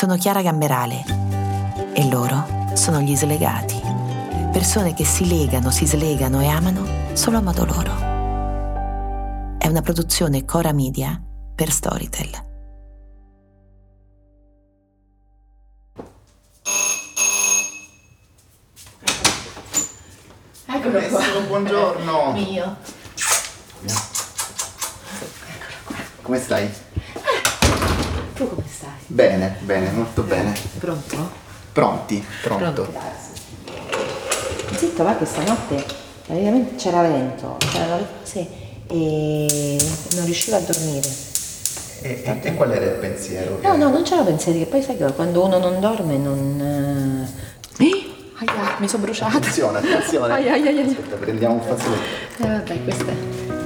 Sono Chiara Gamberale e loro sono gli slegati. Persone che si legano, si slegano e amano solo a modo loro. È una produzione Cora Media per Storytel. Eccolo qua. Buongiorno. Mio. Come stai? Tu come stai? Bene, molto bene. Pronto? Pronto. Zitto, va, questa notte praticamente c'era vento, sì, e non riuscivo a dormire. E qual era il pensiero? No, non c'era pensieri, che poi sai che quando uno non dorme non... Aia, mi sono bruciata. Attenzione. Aia. Aspetta, prendiamo un fazzoletto. Vabbè, questo è...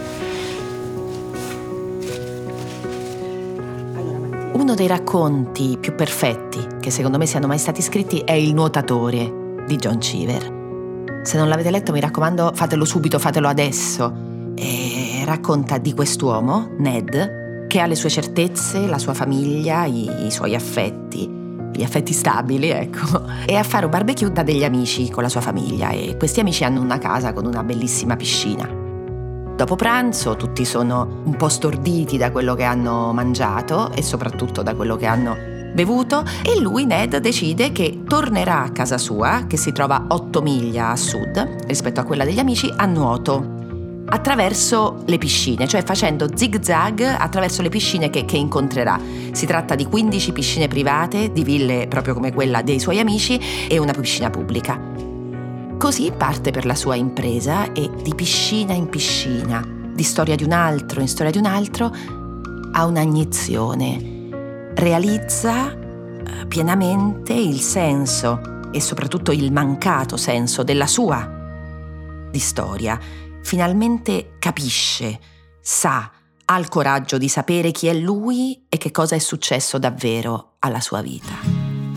Uno dei racconti più perfetti che secondo me siano mai stati scritti è Il nuotatore di John Cheever. Se non l'avete letto, mi raccomando, fatelo subito, fatelo adesso. E racconta di quest'uomo, Ned, che ha le sue certezze, la sua famiglia, i suoi affetti, gli affetti stabili, ecco, e a fare un barbecue da degli amici con la sua famiglia. E questi amici hanno una casa con una bellissima piscina. Dopo pranzo tutti sono un po' storditi da quello che hanno mangiato e soprattutto da quello che hanno bevuto, e lui, Ned, decide che tornerà a casa sua, che si trova 8 miglia a sud rispetto a quella degli amici, a nuoto attraverso le piscine, cioè facendo zig-zag attraverso le piscine che incontrerà. Si tratta di 15 piscine private, di ville proprio come quella dei suoi amici, e una piscina pubblica. Così parte per la sua impresa e di piscina in piscina, di storia di un altro in storia di un altro, ha un'agnizione. Realizza pienamente il senso e soprattutto il mancato senso della sua di storia. Finalmente capisce, sa, ha il coraggio di sapere chi è lui e che cosa è successo davvero alla sua vita.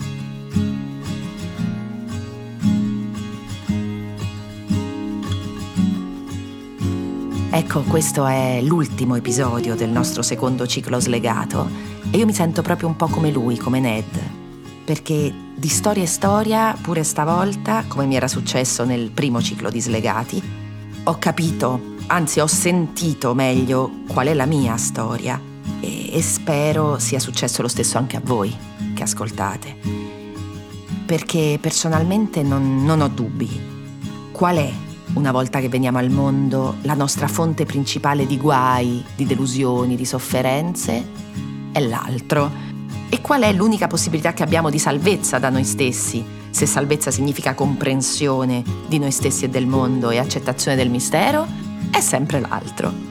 Ecco, questo è l'ultimo episodio del nostro secondo ciclo slegato e io mi sento proprio un po' come lui, come Ned, perché di storia e storia, pure stavolta, come mi era successo nel primo ciclo di Slegati, ho capito, anzi ho sentito meglio qual è la mia storia e spero sia successo lo stesso anche a voi che ascoltate, perché personalmente non ho dubbi. Qual è, una volta che veniamo al mondo, la nostra fonte principale di guai, di delusioni, di sofferenze? È l'altro. E qual è l'unica possibilità che abbiamo di salvezza da noi stessi, se salvezza significa comprensione di noi stessi e del mondo e accettazione del mistero? È sempre l'altro.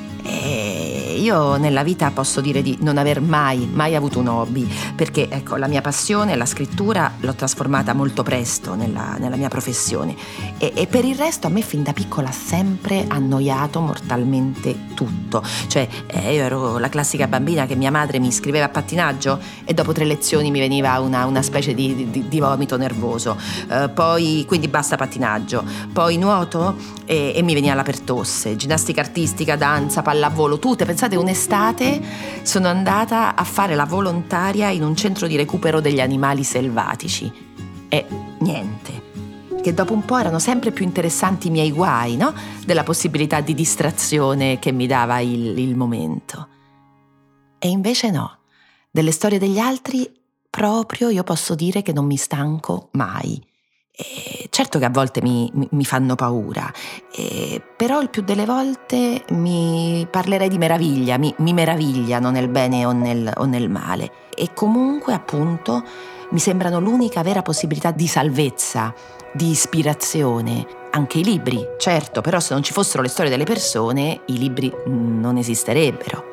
E io nella vita posso dire di non aver mai avuto un hobby, perché ecco, la mia passione, la scrittura, l'ho trasformata molto presto nella mia professione e per il resto a me fin da piccola ha sempre annoiato mortalmente tutto. Cioè io ero la classica bambina che mia madre mi iscriveva a pattinaggio e dopo 3 lezioni mi veniva una specie di vomito nervoso, poi quindi basta pattinaggio, poi nuoto e mi veniva la pertosse, ginnastica artistica, danza, pallavolo, tutte. Pensate, un'estate sono andata a fare la volontaria in un centro di recupero degli animali selvatici e niente, che dopo un po' erano sempre più interessanti i miei guai, no? Della possibilità di distrazione che mi dava il momento. E invece no, delle storie degli altri proprio io posso dire che non mi stanco mai. E certo che a volte mi fanno paura, però il più delle volte mi parlerei di meraviglia, mi meravigliano nel bene o nel male. E comunque, appunto, mi sembrano l'unica vera possibilità di salvezza, di ispirazione. Anche i libri, certo, però se non ci fossero le storie delle persone, i libri non esisterebbero.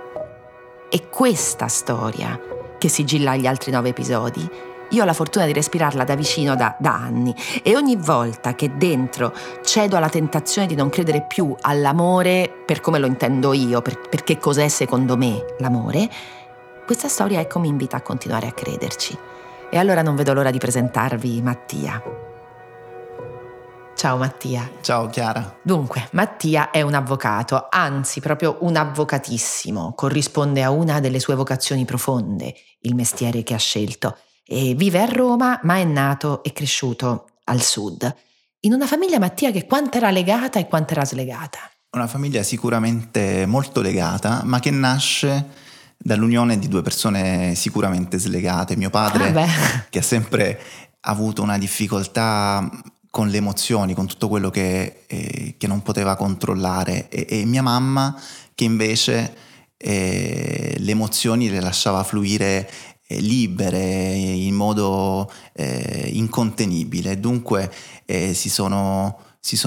E questa storia, che sigilla gli altri 9 episodi, io ho la fortuna di respirarla da vicino da anni, e ogni volta che dentro cedo alla tentazione di non credere più all'amore per come lo intendo io, perché cos'è secondo me l'amore, questa storia ecco mi invita a continuare a crederci. E allora non vedo l'ora di presentarvi Mattia. Ciao Mattia. Ciao Chiara. Dunque, Mattia è un avvocato, anzi proprio un avvocatissimo, corrisponde a una delle sue vocazioni profonde, il mestiere che ha scelto, e vive a Roma ma è nato e cresciuto al sud, in una famiglia, Mattia, che quanto era legata e quanto era slegata. Una famiglia sicuramente molto legata, ma che nasce dall'unione di due persone sicuramente slegate. Mio padre, che ha sempre avuto una difficoltà con le emozioni, con tutto quello che non poteva controllare, e mia mamma che invece le emozioni le lasciava fluire libere, in modo incontenibile. Dunque si sono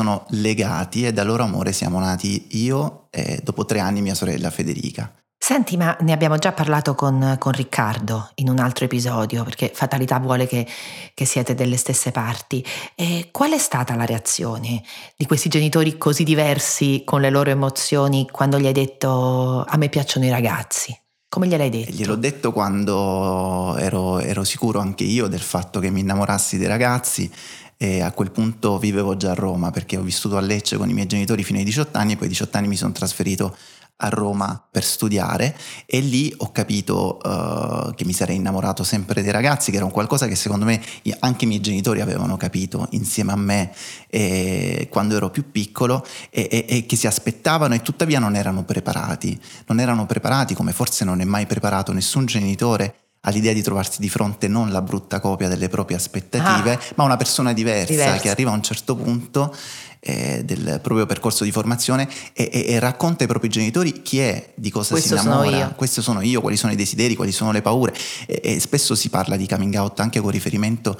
legati e dal loro amore siamo nati io e dopo 3 anni mia sorella Federica. Senti, ma ne abbiamo già parlato con Riccardo in un altro episodio, perché fatalità vuole che siete delle stesse parti. E qual è stata la reazione di questi genitori così diversi con le loro emozioni quando gli hai detto a me piacciono i ragazzi? Come gliel'hai detto? Gliel'ho detto quando ero sicuro anche io del fatto che mi innamorassi dei ragazzi, e a quel punto vivevo già a Roma perché ho vissuto a Lecce con i miei genitori fino ai 18 anni e poi ai 18 anni mi sono trasferito a Roma per studiare e lì ho capito che mi sarei innamorato sempre dei ragazzi, che era un qualcosa che secondo me anche i miei genitori avevano capito insieme a me quando ero più piccolo e che si aspettavano e tuttavia non erano preparati come forse non è mai preparato nessun genitore all'idea di trovarsi di fronte non la brutta copia delle proprie aspettative, ma una persona diversa che arriva a un certo punto del proprio percorso di formazione e racconta ai propri genitori chi è, di cosa Questo si innamora. sono io. Questo sono io, quali sono i desideri, quali sono le paure e spesso si parla di coming out anche con riferimento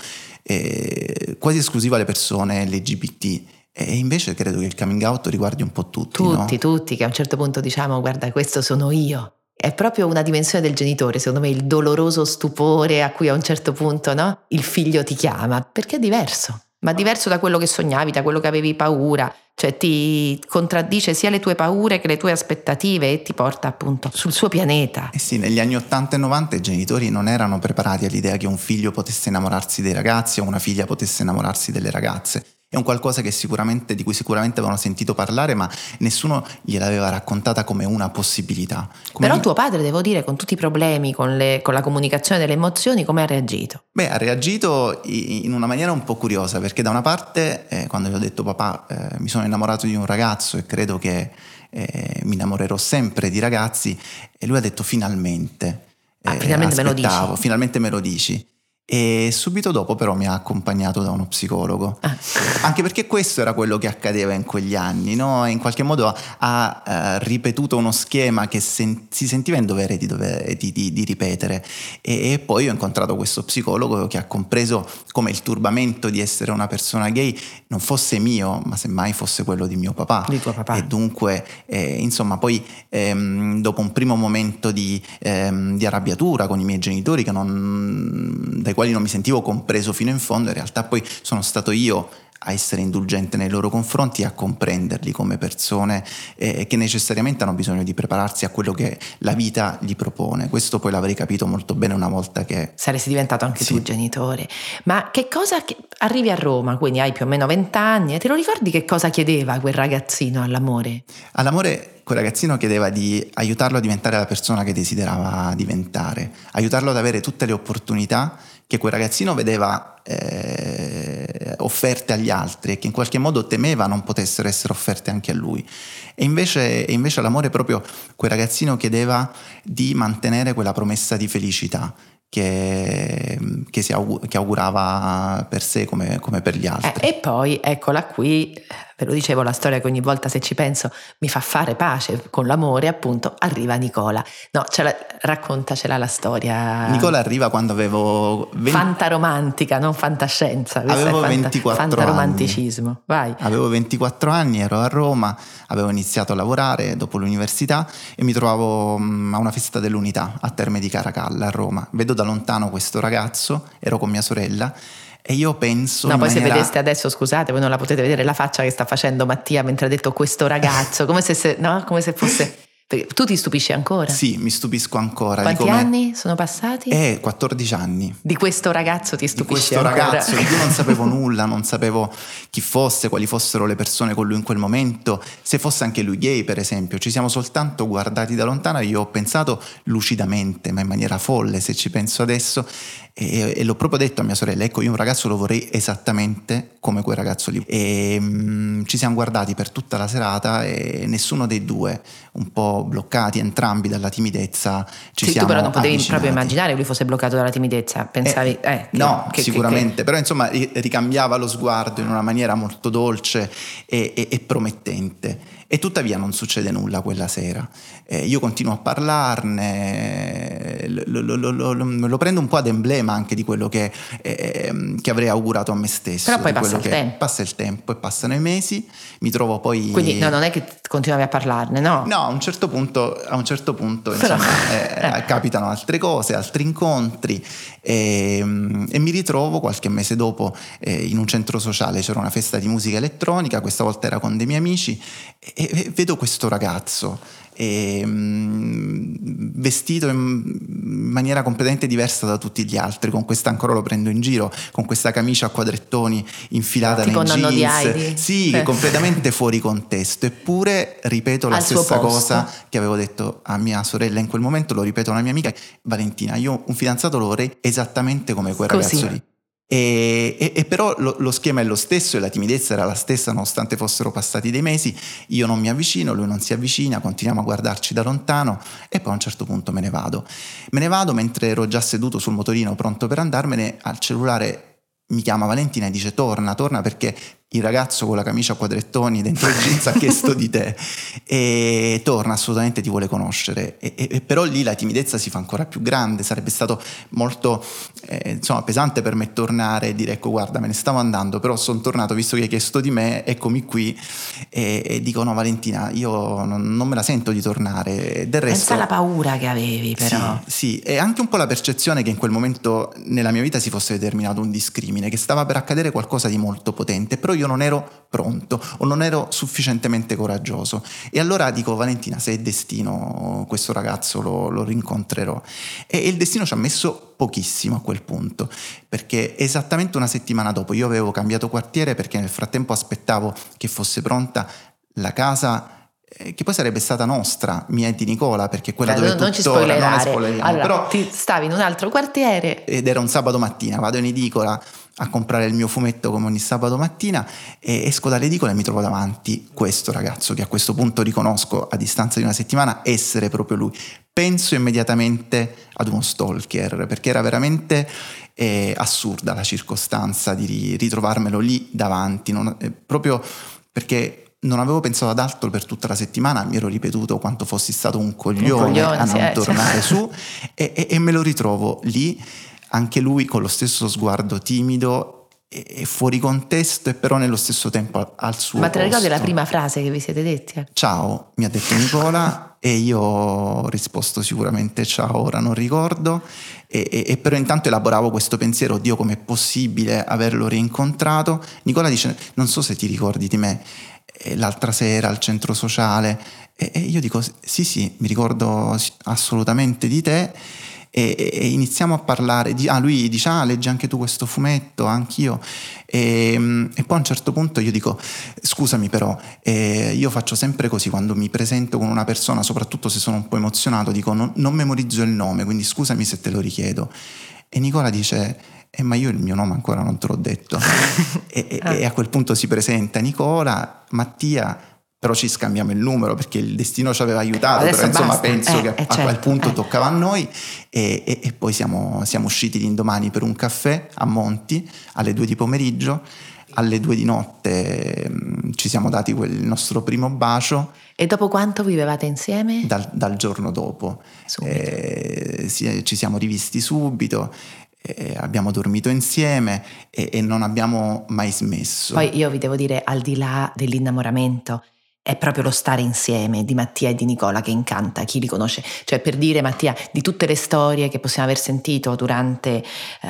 quasi esclusivo alle persone LGBT. E invece credo che il coming out riguardi un po' tutti, no? Tutti, che a un certo punto diciamo guarda, questo sono io. È proprio una dimensione del genitore, secondo me, il doloroso stupore a cui a un certo punto, no, il figlio ti chiama, perché è diverso, ma diverso da quello che sognavi, da quello che avevi paura, cioè ti contraddice sia le tue paure che le tue aspettative e ti porta appunto sul suo pianeta. Eh sì, negli anni 80 e 90 i genitori non erano preparati all'idea che un figlio potesse innamorarsi dei ragazzi o una figlia potesse innamorarsi delle ragazze. È un qualcosa di cui sicuramente avevano sentito parlare, ma nessuno gliel'aveva raccontata come una possibilità. Però tuo padre, devo dire, con tutti i problemi, con la comunicazione delle emozioni, come ha reagito? Beh, ha reagito in una maniera un po' curiosa, perché da una parte, quando gli ho detto papà, mi sono innamorato di un ragazzo e credo che mi innamorerò sempre di ragazzi, e lui ha detto finalmente. Finalmente me lo dici? Finalmente me lo dici. E subito dopo però mi ha accompagnato da uno psicologo, anche perché questo era quello che accadeva in quegli anni, no? In qualche modo ha ripetuto uno schema che si sentiva in dovere di ripetere e poi ho incontrato questo psicologo che ha compreso come il turbamento di essere una persona gay non fosse mio, ma semmai fosse quello di mio papà. Di tuo papà. E dunque insomma poi dopo un primo momento di arrabbiatura con i miei genitori dai quali non mi sentivo compreso fino in fondo, in realtà poi sono stato io a essere indulgente nei loro confronti e a comprenderli come persone che necessariamente hanno bisogno di prepararsi a quello che la vita gli propone. Questo poi l'avrei capito molto bene una volta che saresti diventato anche sì. tu genitore. Ma che cosa arrivi a Roma, quindi hai più o meno 20 anni, e te lo ricordi che cosa chiedeva quel ragazzino all'amore? All'amore quel ragazzino chiedeva di aiutarlo a diventare la persona che desiderava diventare, aiutarlo ad avere tutte le opportunità che quel ragazzino vedeva offerte agli altri e che in qualche modo temeva non potessero essere offerte anche a lui. E invece all'amore proprio quel ragazzino chiedeva di mantenere quella promessa di felicità che augurava per sé come per gli altri. E poi eccola qui, ve lo dicevo, la storia che ogni volta se ci penso mi fa fare pace con l'amore, appunto, arriva Nicola. No, raccontacela la storia. Nicola arriva quando avevo fantaromantica, non fantascienza. Avevo 24 fantaromanticismo. anni. Vai. Avevo 24 anni, ero a Roma, avevo iniziato a lavorare dopo l'università e mi trovavo a una festa dell'unità a Terme di Caracalla a Roma. Vedo da lontano questo ragazzo, ero con mia sorella e io penso no, poi maniera... se vedeste adesso, scusate, voi non la potete vedere la faccia che sta facendo Mattia mentre ha detto questo ragazzo, come se fosse Perché tu ti stupisci ancora? Sì, mi stupisco ancora. Quanti anni sono passati? 14 anni. Di questo ragazzo ti stupisci ancora? Di questo ancora? ragazzo, di cui non sapevo nulla, non sapevo chi fosse, quali fossero le persone con lui in quel momento, se fosse anche lui gay per esempio. Ci siamo soltanto guardati da lontano e io ho pensato lucidamente, ma in maniera folle se ci penso adesso, e l'ho proprio detto a mia sorella: ecco, io un ragazzo lo vorrei esattamente come quel ragazzo lì. E ci siamo guardati per tutta la serata e nessuno dei due, un po' bloccati entrambi dalla timidezza, ci sì, siamo tu però non potevi avvicinati. proprio immaginare che lui fosse bloccato dalla timidezza, pensavi no, sicuramente, però insomma ricambiava lo sguardo in una maniera molto dolce e promettente. E tuttavia non succede nulla quella sera. Io continuo a parlarne, lo prendo un po' ad emblema anche di quello che avrei augurato a me stesso. Però poi passa il tempo. Passa il tempo e passano i mesi, mi trovo poi... Quindi no, non è che continuavi a parlarne, no? No, a un certo punto insomma, capitano altre cose, altri incontri e mi ritrovo qualche mese dopo in un centro sociale, c'era una festa di musica elettronica, questa volta era con dei miei amici e vedo questo ragazzo vestito in maniera completamente diversa da tutti gli altri, con questa, ancora lo prendo in giro, con questa camicia a quadrettoni infilata tipo nei nonno jeans, di Heidi. sì, completamente fuori contesto, eppure ripeto la stessa cosa che avevo detto a mia sorella in quel momento, lo ripeto a una mia amica: Valentina, io un fidanzato lo vorrei esattamente come quel ragazzo lì. E però lo schema è lo stesso e la timidezza era la stessa nonostante fossero passati dei mesi. Io non mi avvicino, lui non si avvicina, continuiamo a guardarci da lontano e poi a un certo punto me ne vado mentre ero già seduto sul motorino pronto per andarmene. Al cellulare mi chiama Valentina e dice: torna perché il ragazzo con la camicia a quadrettoni dentro il jeans ha chiesto di te e torna, assolutamente ti vuole conoscere. E però lì la timidezza si fa ancora più grande, sarebbe stato molto pesante per me tornare e dire: ecco, guarda, me ne stavo andando, però sono tornato visto che hai chiesto di me, eccomi qui. E dico: no Valentina, io non me la sento di tornare. Del resto, pensa alla paura che avevi, però. Sì, e anche un po' la percezione che in quel momento nella mia vita si fosse determinato un discrimine, che stava per accadere qualcosa di molto potente, però io non ero pronto o non ero sufficientemente coraggioso. E allora dico: Valentina, se è destino, questo ragazzo lo rincontrerò. E il destino ci ha messo pochissimo a quel punto, perché esattamente una settimana dopo io avevo cambiato quartiere, perché nel frattempo aspettavo che fosse pronta la casa che poi sarebbe stata nostra, mia e di Nicola, perché quella dove non ci tuttora non spoileriamo, allora, però ti stavi in un altro quartiere ed era un sabato mattina, vado in edicola a comprare il mio fumetto come ogni sabato mattina e esco dall'edicola e mi trovo davanti questo ragazzo che a questo punto riconosco a distanza di una settimana essere proprio lui. Penso immediatamente ad uno stalker, perché era veramente assurda la circostanza di ritrovarmelo lì davanti, proprio perché non avevo pensato ad altro per tutta la settimana, mi ero ripetuto quanto fossi stato un coglione a non tornare su e me lo ritrovo lì, anche lui con lo stesso sguardo timido e fuori contesto, e però nello stesso tempo al suo Ma te la ricordi posto. la prima frase che vi siete detti? Ciao, mi ha detto Nicola e io ho risposto sicuramente ciao, ora non ricordo, e però intanto elaboravo questo pensiero: Dio, com'è possibile averlo rincontrato? Nicola dice: non so se ti ricordi di me l'altra sera al centro sociale, e io dico sì, mi ricordo assolutamente di te, e iniziamo a parlare lui dice: leggi anche tu questo fumetto? Anch'io. E poi a un certo punto io dico: scusami, però io faccio sempre così quando mi presento con una persona, soprattutto se sono un po' emozionato, dico non memorizzo il nome, quindi scusami se te lo richiedo. E Nicola dice: ma io il mio nome ancora non te l'ho detto. E a quel punto si presenta Nicola, Mattia, però ci scambiamo il numero perché il destino ci aveva aiutato, però insomma penso che a quel punto toccava a noi, e poi siamo usciti l'indomani per un caffè a Monti alle 2 di pomeriggio. Alle 2 di notte ci siamo dati il nostro primo bacio. E dopo quanto vivevate insieme? Dal giorno dopo ci siamo rivisti subito. Abbiamo dormito insieme e non abbiamo mai smesso. Poi io vi devo dire, al di là dell'innamoramento, è proprio lo stare insieme di Mattia e di Nicola che incanta chi li conosce. Cioè, per dire, Mattia, di tutte le storie che possiamo aver sentito durante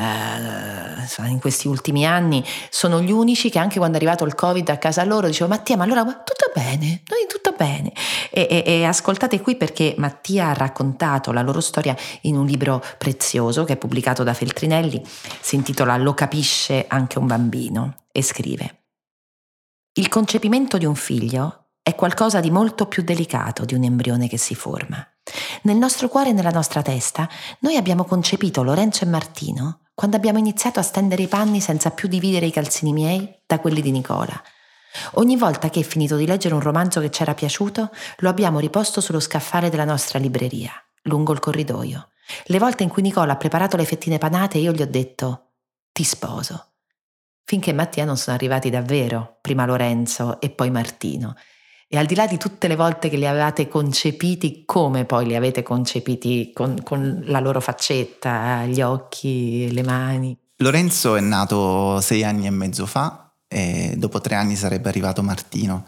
in questi ultimi anni, sono gli unici che anche quando è arrivato il Covid a casa loro dicevo: Mattia, ma allora tutto bene, noi tutto bene. E ascoltate qui, perché Mattia ha raccontato la loro storia in un libro prezioso che è pubblicato da Feltrinelli, si intitola Lo capisce anche un bambino, e scrive: il concepimento di un figlio è qualcosa di molto più delicato di un embrione che si forma. Nel nostro cuore e nella nostra testa noi abbiamo concepito Lorenzo e Martino quando abbiamo iniziato a stendere i panni senza più dividere i calzini miei da quelli di Nicola. Ogni volta che, finito di leggere un romanzo che ci era piaciuto, lo abbiamo riposto sullo scaffale della nostra libreria, lungo il corridoio. Le volte in cui Nicola ha preparato le fettine panate, io gli ho detto: ti sposo. Finché Mattia non sono arrivati davvero, prima Lorenzo e poi Martino. E al di là di tutte le volte che li avevate concepiti, come poi li avete concepiti con la loro faccetta, gli occhi, le mani? Lorenzo è nato 6 anni e mezzo fa e dopo 3 anni sarebbe arrivato Martino.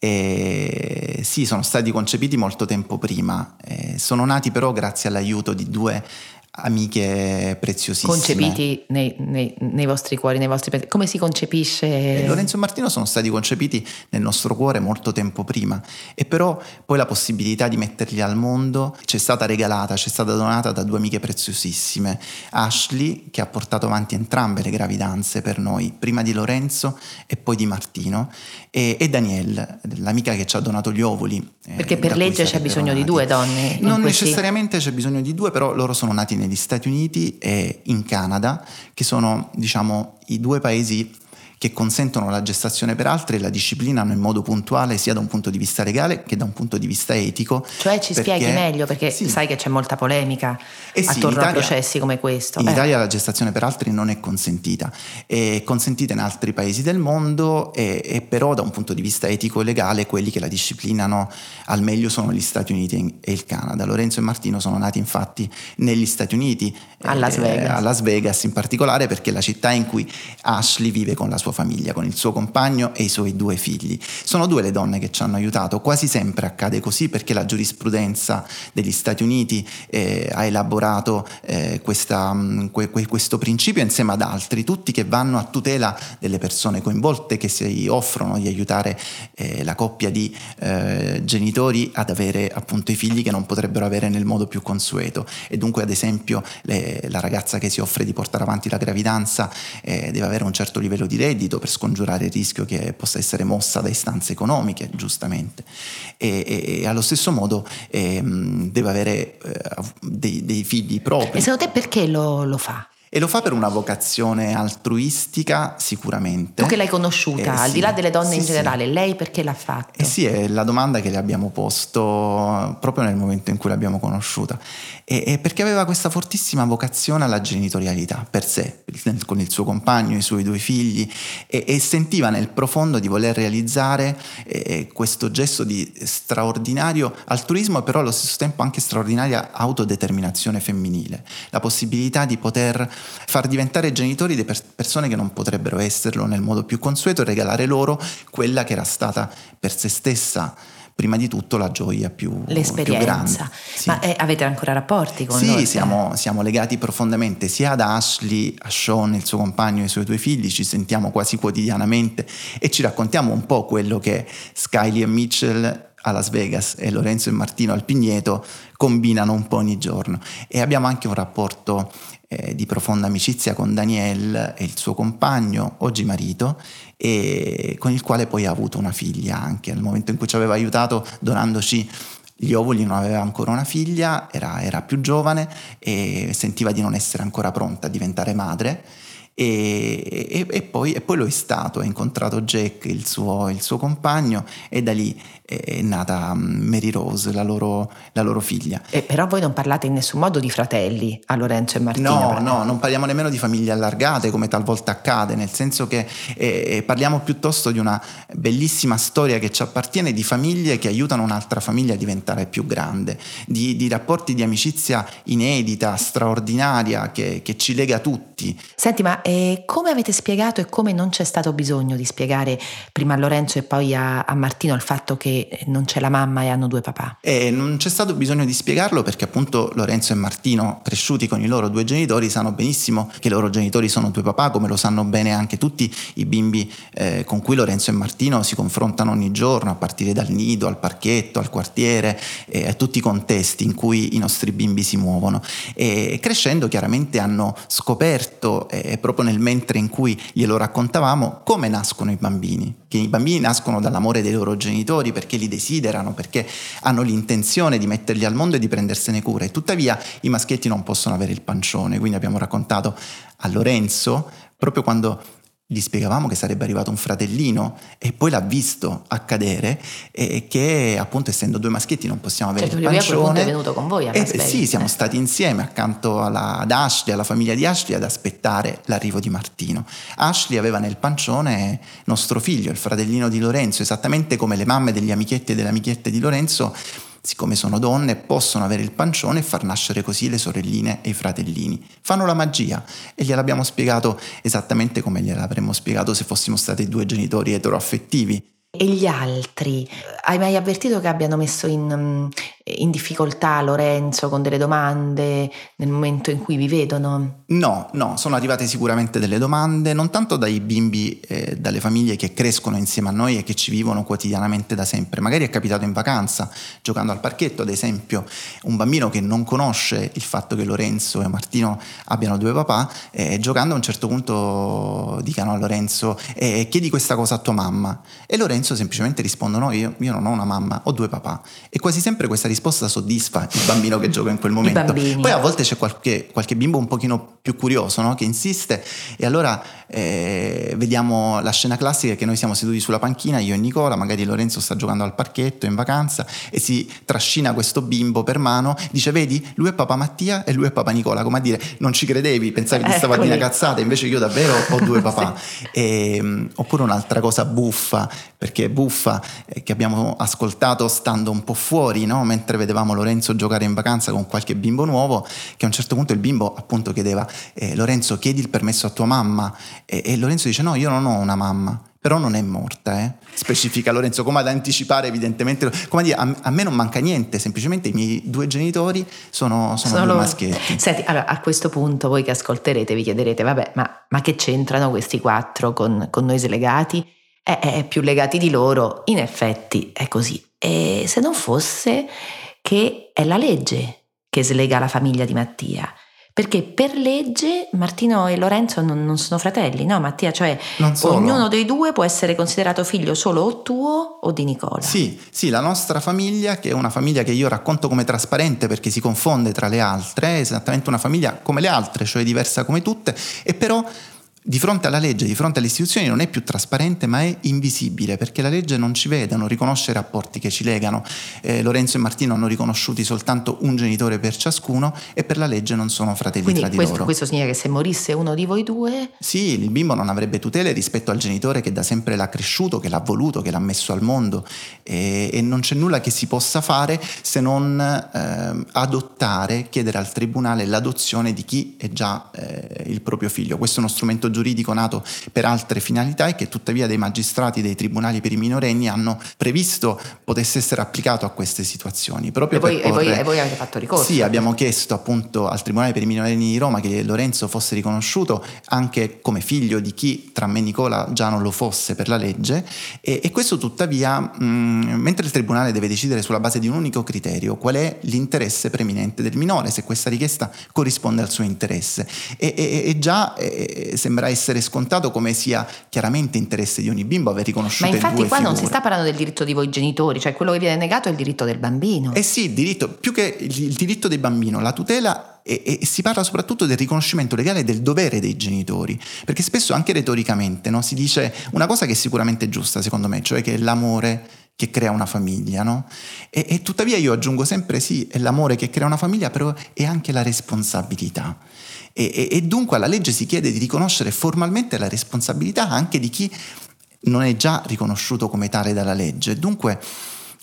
E sì, sono stati concepiti molto tempo prima, sono nati però grazie all'aiuto di 2 amiche preziosissime. Concepiti nei vostri cuori, nei vostri pensieri. Come si concepisce? Lorenzo e Martino sono stati concepiti nel nostro cuore molto tempo prima, e però poi la possibilità di metterli al mondo ci è stata regalata, ci è stata donata da 2 amiche preziosissime. Ashley, che ha portato avanti entrambe le gravidanze per noi, prima di Lorenzo e poi di Martino, e Danielle, l'amica che ci ha donato gli ovuli. Perché per legge c'è bisogno di 2 donne? Non necessariamente c'è bisogno di 2, però loro sono nati negli Stati Uniti e in Canada, che sono, diciamo, i 2 paesi che consentono la gestazione per altri e la disciplinano in modo puntuale, sia da un punto di vista legale che da un punto di vista etico. Cioè, ci spieghi meglio, perché sì, sai che c'è molta polemica attorno a processi come questo. In Italia la gestazione per altri non è consentita, è consentita in altri paesi del mondo, e però da un punto di vista etico e legale quelli che la disciplinano al meglio sono gli Stati Uniti e il Canada. Lorenzo e Martino sono nati infatti negli Stati Uniti, a Las Vegas in particolare, perché è la città in cui Ashley vive con la sua famiglia, con il suo compagno e i suoi 2 figli. Sono 2 le donne che ci hanno aiutato. Quasi sempre accade così, perché la giurisprudenza degli Stati Uniti ha elaborato questo principio insieme ad altri, tutti che vanno a tutela delle persone coinvolte, che si offrono di aiutare la coppia di genitori ad avere appunto i figli che non potrebbero avere nel modo più consueto. E dunque, ad esempio, la ragazza che si offre di portare avanti la gravidanza deve avere un certo livello di reddito per scongiurare il rischio che possa essere mossa da istanze economiche, giustamente, e allo stesso modo deve avere dei figli propri. E secondo te perché lo fa? E lo fa per una vocazione altruistica, sicuramente. Tu che l'hai conosciuta, al di là delle donne in sì. generale, lei perché l'ha fatto? Sì, è la domanda che le abbiamo posto proprio nel momento in cui l'abbiamo conosciuta. E perché aveva questa fortissima vocazione alla genitorialità per sé, con il suo compagno, i suoi 2 figli, e sentiva nel profondo di voler realizzare questo gesto di straordinario altruismo, e però allo stesso tempo anche straordinaria autodeterminazione femminile, la possibilità di poter far diventare genitori di persone che non potrebbero esserlo nel modo più consueto, e regalare loro quella che era stata per se stessa prima di tutto la gioia più l'esperienza. Sì. Ma avete ancora rapporti con loro? Sì, siamo legati profondamente sia ad Ashley, a Sean, il suo compagno e i suoi 2 figli. Ci sentiamo quasi quotidianamente e ci raccontiamo un po' quello che Skylie e Mitchell a Las Vegas e Lorenzo e Martino al Pigneto combinano un po' ogni giorno. E abbiamo anche un rapporto di profonda amicizia con Danielle e il suo compagno, oggi marito, e con il quale poi ha avuto una figlia anche. Nel momento in cui ci aveva aiutato donandoci gli ovuli non aveva ancora una figlia, era più giovane e sentiva di non essere ancora pronta a diventare madre. E poi lo è stato, ha incontrato Jack, il suo compagno, e da lì è nata Mary Rose, la loro figlia. Però voi non parlate in nessun modo di fratelli a Lorenzo e Martino? No, non parliamo nemmeno di famiglie allargate come talvolta accade, nel senso che parliamo piuttosto di una bellissima storia che ci appartiene, di famiglie che aiutano un'altra famiglia a diventare più grande, di rapporti di amicizia inedita, straordinaria, che ci lega tutti. Senti, ma come avete spiegato e come non c'è stato bisogno di spiegare prima a Lorenzo e poi a Martino il fatto che non c'è la mamma e hanno due papà? Non c'è stato bisogno di spiegarlo perché appunto Lorenzo e Martino, cresciuti con i loro due genitori, sanno benissimo che i loro genitori sono due papà, come lo sanno bene anche tutti i bimbi con cui Lorenzo e Martino si confrontano ogni giorno, a partire dal nido, al parchetto, al quartiere, a tutti i contesti in cui i nostri bimbi si muovono. E crescendo chiaramente hanno scoperto, proprio nel mentre in cui glielo raccontavamo, come nascono i bambini, che i bambini nascono dall'amore dei loro genitori perché li desiderano, perché hanno l'intenzione di metterli al mondo e di prendersene cura, e tuttavia i maschietti non possono avere il pancione. Quindi abbiamo raccontato a Lorenzo, proprio quando gli spiegavamo che sarebbe arrivato un fratellino e poi l'ha visto accadere, e che appunto essendo due maschietti non possiamo avere il pancione. Lui a quel punto è venuto con voi a Las Vegas. Sì, siamo stati insieme accanto ad Ashley, alla famiglia di Ashley, ad aspettare l'arrivo di Martino. Ashley aveva nel pancione nostro figlio, il fratellino di Lorenzo, esattamente come le mamme degli amichetti e delle amichette di Lorenzo, siccome sono donne, possono avere il pancione e far nascere così le sorelline e i fratellini. Fanno la magia, e gliel'abbiamo spiegato esattamente come gliel'avremmo spiegato se fossimo stati due genitori eteroaffettivi. E gli altri? Hai mai avvertito che abbiano messo in difficoltà Lorenzo con delle domande nel momento in cui vi vedono? No, sono arrivate sicuramente delle domande, non tanto dai bimbi, dalle famiglie che crescono insieme a noi e che ci vivono quotidianamente da sempre. Magari è capitato in vacanza, giocando al parchetto, ad esempio, un bambino che non conosce il fatto che Lorenzo e Martino abbiano due papà, giocando a un certo punto dicano a Lorenzo chiedi questa cosa a tua mamma, e Lorenzo semplicemente risponde no, io non ho una mamma, ho due papà, e quasi sempre questa risposta soddisfa il bambino che gioca in quel momento. Poi a volte c'è qualche bimbo un pochino più curioso, no? Che insiste, e allora vediamo la scena classica che noi siamo seduti sulla panchina, io e Nicola, magari Lorenzo sta giocando al parchetto in vacanza e si trascina questo bimbo per mano, dice vedi, lui è papà Mattia e lui è papà Nicola, come a dire non ci credevi, pensavi di stavo a dire una cazzata, invece io davvero ho due papà. Sì. Oppure un'altra cosa buffa, perché è buffa, che abbiamo ascoltato stando un po' fuori, no? Mentre vedevamo Lorenzo giocare in vacanza con qualche bimbo nuovo, che a un certo punto il bimbo appunto chiedeva Lorenzo chiedi il permesso a tua mamma, e Lorenzo dice no, io non ho una mamma, però non è morta, specifica Lorenzo, come ad anticipare evidentemente, come a dire a me non manca niente, semplicemente i miei due genitori sono due maschietti. Senti, allora a questo punto voi che ascolterete vi chiederete vabbè, ma che c'entrano questi quattro con noi slegati? Più legati di loro, in effetti è così. E se non fosse che è la legge che slega la famiglia di Mattia, perché per legge Martino e Lorenzo non sono fratelli, no Mattia? Cioè ognuno dei due può essere considerato figlio solo o tuo o di Nicola. Sì, la nostra famiglia, che è una famiglia che io racconto come trasparente perché si confonde tra le altre, è esattamente una famiglia come le altre, cioè diversa come tutte, e però di fronte alla legge, di fronte alle istituzioni non è più trasparente ma è invisibile, perché la legge non ci vede, non riconosce i rapporti che ci legano. Lorenzo e Martino hanno riconosciuti soltanto un genitore per ciascuno e per la legge non sono fratelli. Quindi tra di loro. Questo significa che se morisse uno di voi due? Sì, il bimbo non avrebbe tutele rispetto al genitore che da sempre l'ha cresciuto, che l'ha voluto, che l'ha messo al mondo, e non c'è nulla che si possa fare se non adottare, chiedere al tribunale l'adozione di chi è già il proprio figlio. Questo è uno strumento giuridico nato per altre finalità e che tuttavia dei magistrati dei tribunali per i minorenni hanno previsto potesse essere applicato a queste situazioni. Proprio e voi avete fatto ricorso? Sì, abbiamo chiesto appunto al Tribunale per i minorenni di Roma che Lorenzo fosse riconosciuto anche come figlio di chi tra me e Nicola già non lo fosse per la legge, e questo tuttavia mentre il Tribunale deve decidere sulla base di un unico criterio qual è l'interesse preminente del minore, se questa richiesta corrisponde al suo interesse, e già sembra essere scontato come sia chiaramente interesse di ogni bimbo aver riconosciuto. Ma infatti due qua figure. Non si sta parlando del diritto di voi genitori, cioè quello che viene negato è il diritto del bambino. Sì, il diritto, più che il diritto del bambino, la tutela, e si parla soprattutto del riconoscimento legale del dovere dei genitori, perché spesso anche retoricamente, no, si dice una cosa che è sicuramente giusta secondo me, cioè che è l'amore che crea una famiglia, no? E tuttavia io aggiungo sempre sì, è l'amore che crea una famiglia, però è anche la responsabilità. E dunque alla legge si chiede di riconoscere formalmente la responsabilità anche di chi non è già riconosciuto come tale dalla legge. Dunque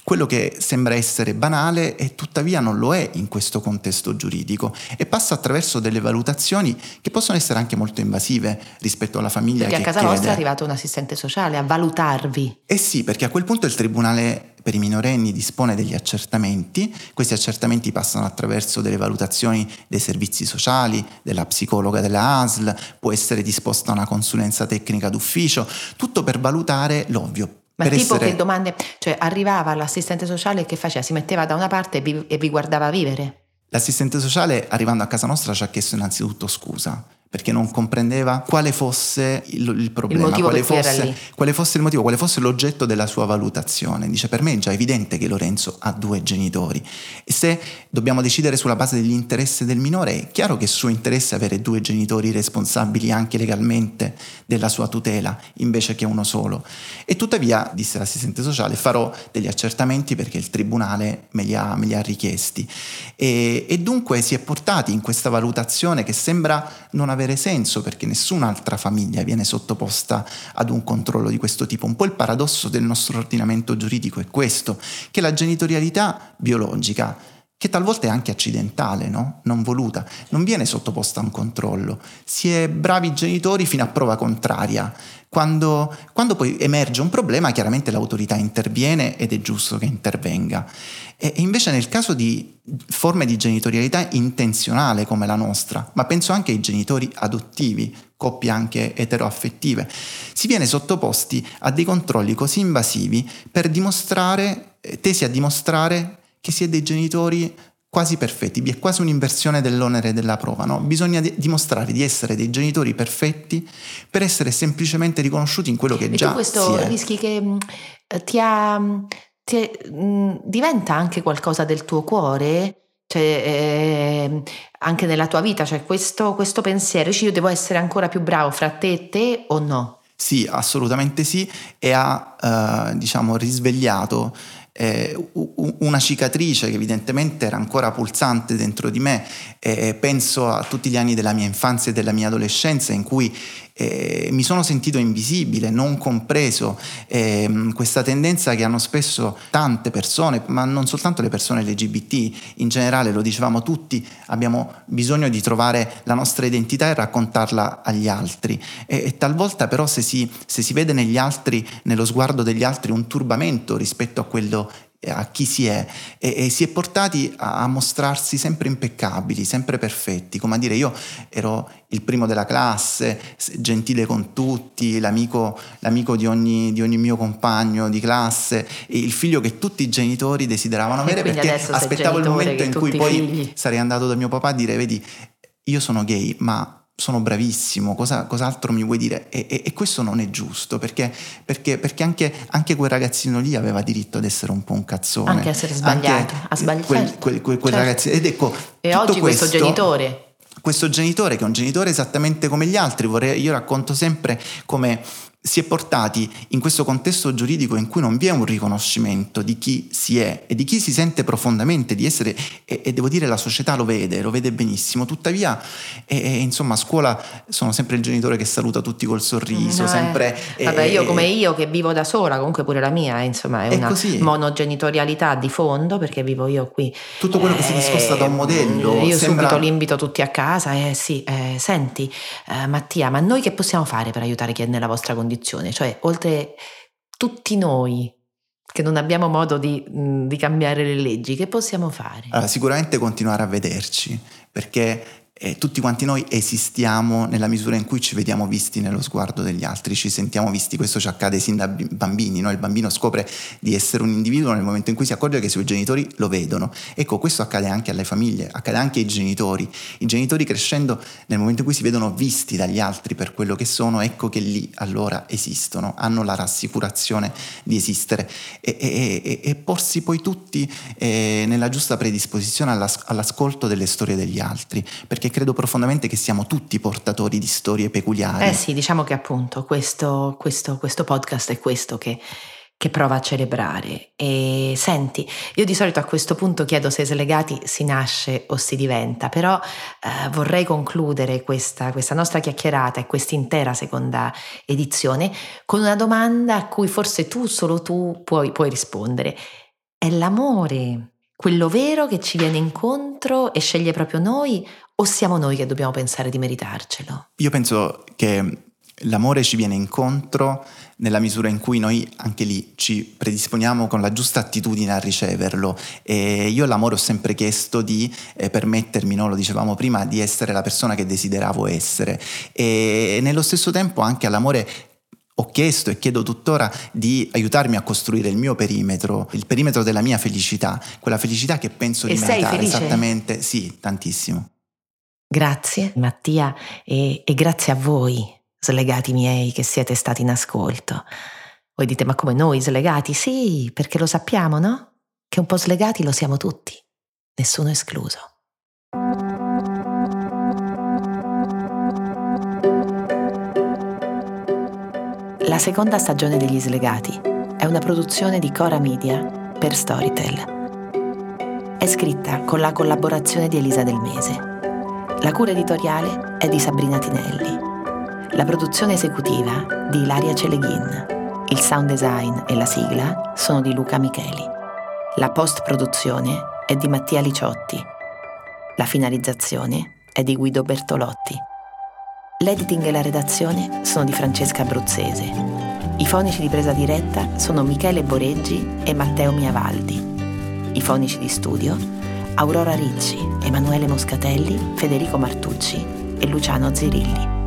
quello che sembra essere banale e tuttavia non lo è in questo contesto giuridico, e passa attraverso delle valutazioni che possono essere anche molto invasive rispetto alla famiglia perché che a casa chiede. vostra è arrivato un assistente sociale a valutarvi. Eh sì, perché a quel punto il Tribunale per i minorenni dispone degli accertamenti. Questi accertamenti passano attraverso delle valutazioni dei servizi sociali, della psicologa della ASL, può essere disposta una consulenza tecnica d'ufficio, tutto per valutare l'ovvio. Ma per tipo essere... che domande, cioè arrivava l'assistente sociale e che faceva? Si metteva da una parte e vi guardava vivere? L'assistente sociale, arrivando a casa nostra, ci ha chiesto innanzitutto scusa, perché non comprendeva quale fosse il problema, motivo per cui era lì. quale fosse il motivo, quale fosse l'oggetto della sua valutazione. Dice: per me è già evidente che Lorenzo ha 2 genitori, e se dobbiamo decidere sulla base degli interessi del minore, è chiaro che il suo interesse è avere 2 genitori responsabili anche legalmente della sua tutela, invece che uno solo. E tuttavia, disse l'assistente sociale, farò degli accertamenti perché il tribunale me li ha richiesti. E dunque si è portati in questa valutazione che sembra non avere senso, perché nessun'altra famiglia viene sottoposta ad un controllo di questo tipo. Un po' il paradosso del nostro ordinamento giuridico è questo, che la genitorialità biologica, che talvolta è anche accidentale, no? Non voluta, non viene sottoposta a un controllo. Si è bravi genitori fino a prova contraria. Quando poi emerge un problema, chiaramente l'autorità interviene ed è giusto che intervenga. E invece nel caso di forme di genitorialità intenzionale come la nostra, ma penso anche ai genitori adottivi, coppie anche eteroaffettive, si viene sottoposti a dei controlli così invasivi tesi a dimostrare che si è dei genitori quasi perfetti. Vi è quasi un'inversione dell'onere della prova, no? Bisogna dimostrare di essere dei genitori perfetti per essere semplicemente riconosciuti in quello che e già tu questo si è. rischi che diventa anche qualcosa del tuo cuore, cioè anche nella tua vita, cioè questo pensiero, io devo essere ancora più bravo fra te e te o no? Sì, assolutamente sì, e ha risvegliato una cicatrice che evidentemente era ancora pulsante dentro di me. Penso a tutti gli anni della mia infanzia e della mia adolescenza in cui mi sono sentito invisibile, non compreso, questa tendenza che hanno spesso tante persone, ma non soltanto le persone LGBT, in generale, lo dicevamo tutti, abbiamo bisogno di trovare la nostra identità e raccontarla agli altri, e talvolta però se si vede negli altri, nello sguardo degli altri, un turbamento rispetto a chi si è, e si è portati a mostrarsi sempre impeccabili, sempre perfetti, come a dire: io ero il primo della classe, gentile con tutti, l'amico di ogni mio compagno di classe, e il figlio che tutti i genitori desideravano avere, perché aspettavo il momento in cui poi sarei andato da mio papà a dire: vedi, io sono gay, ma sono bravissimo, cos'altro mi vuoi dire? E questo non è giusto, perché anche quel ragazzino lì aveva diritto ad essere un po' un cazzone, anche essere sbagliato, a sbagliare, quel ragazzino. Ed ecco, e oggi questo genitore che è un genitore esattamente come gli altri, io racconto sempre come si è portati in questo contesto giuridico in cui non vi è un riconoscimento di chi si è e di chi si sente profondamente di essere, e devo dire la società lo vede benissimo. Tuttavia insomma, a scuola sono sempre il genitore che saluta tutti col sorriso, sempre vabbè, io come io che vivo da sola, comunque pure la mia insomma è una così. Monogenitorialità di fondo, perché vivo io qui, tutto quello che si discosta da un modello, io sembra... subito li invito tutti a casa. Senti Mattia, ma noi che possiamo fare per aiutare chi è nella vostra condizione? Cioè, oltre tutti noi che non abbiamo modo di cambiare le leggi, che possiamo fare? Allora, sicuramente continuare a vederci, perché tutti quanti noi esistiamo nella misura in cui ci vediamo visti nello sguardo degli altri, ci sentiamo visti. Questo ci accade sin da bambini, no? Il bambino scopre di essere un individuo nel momento in cui si accorge che i suoi genitori lo vedono. Ecco, questo accade anche alle famiglie, accade anche ai genitori. I genitori, crescendo, nel momento in cui si vedono visti dagli altri per quello che sono, ecco che lì allora esistono, hanno la rassicurazione di esistere, e porsi poi tutti nella giusta predisposizione all'ascolto delle storie degli altri, perché credo profondamente che siamo tutti portatori di storie peculiari. Sì, diciamo che appunto questo podcast è questo che prova a celebrare. E senti, io di solito a questo punto chiedo se slegati si nasce o si diventa, però vorrei concludere questa nostra chiacchierata e quest'intera seconda edizione con una domanda a cui forse solo tu puoi rispondere. È l'amore, quello vero che ci viene incontro e sceglie proprio noi, o siamo noi che dobbiamo pensare di meritarcelo? Io penso che l'amore ci viene incontro nella misura in cui noi anche lì ci predisponiamo con la giusta attitudine a riceverlo, e io l'amore ho sempre chiesto di permettermi, no, lo dicevamo prima, di essere la persona che desideravo essere, e nello stesso tempo anche all'amore ho chiesto e chiedo tuttora di aiutarmi a costruire il mio perimetro, il perimetro della mia felicità, quella felicità che penso di meritare. E sei felice? Esattamente, sì, tantissimo. Grazie Mattia e grazie a voi, slegati miei, che siete stati in ascolto. Voi dite, ma come noi slegati? Sì, perché lo sappiamo, no? Che un po' slegati lo siamo tutti, nessuno escluso. La seconda stagione degli Slegati è una produzione di Cora Media per Storytel. È scritta con la collaborazione di Elisa Del Mese. La cura editoriale è di Sabrina Tinelli. La produzione esecutiva di Ilaria Celeghin. Il sound design e la sigla sono di Luca Micheli. La post-produzione è di Mattia Liciotti. La finalizzazione è di Guido Bertolotti. L'editing e la redazione sono di Francesca Abruzzese. I fonici di presa diretta sono Michele Boreggi e Matteo Miavaldi. I fonici di studio Aurora Ricci, Emanuele Moscatelli, Federico Martucci e Luciano Zirilli.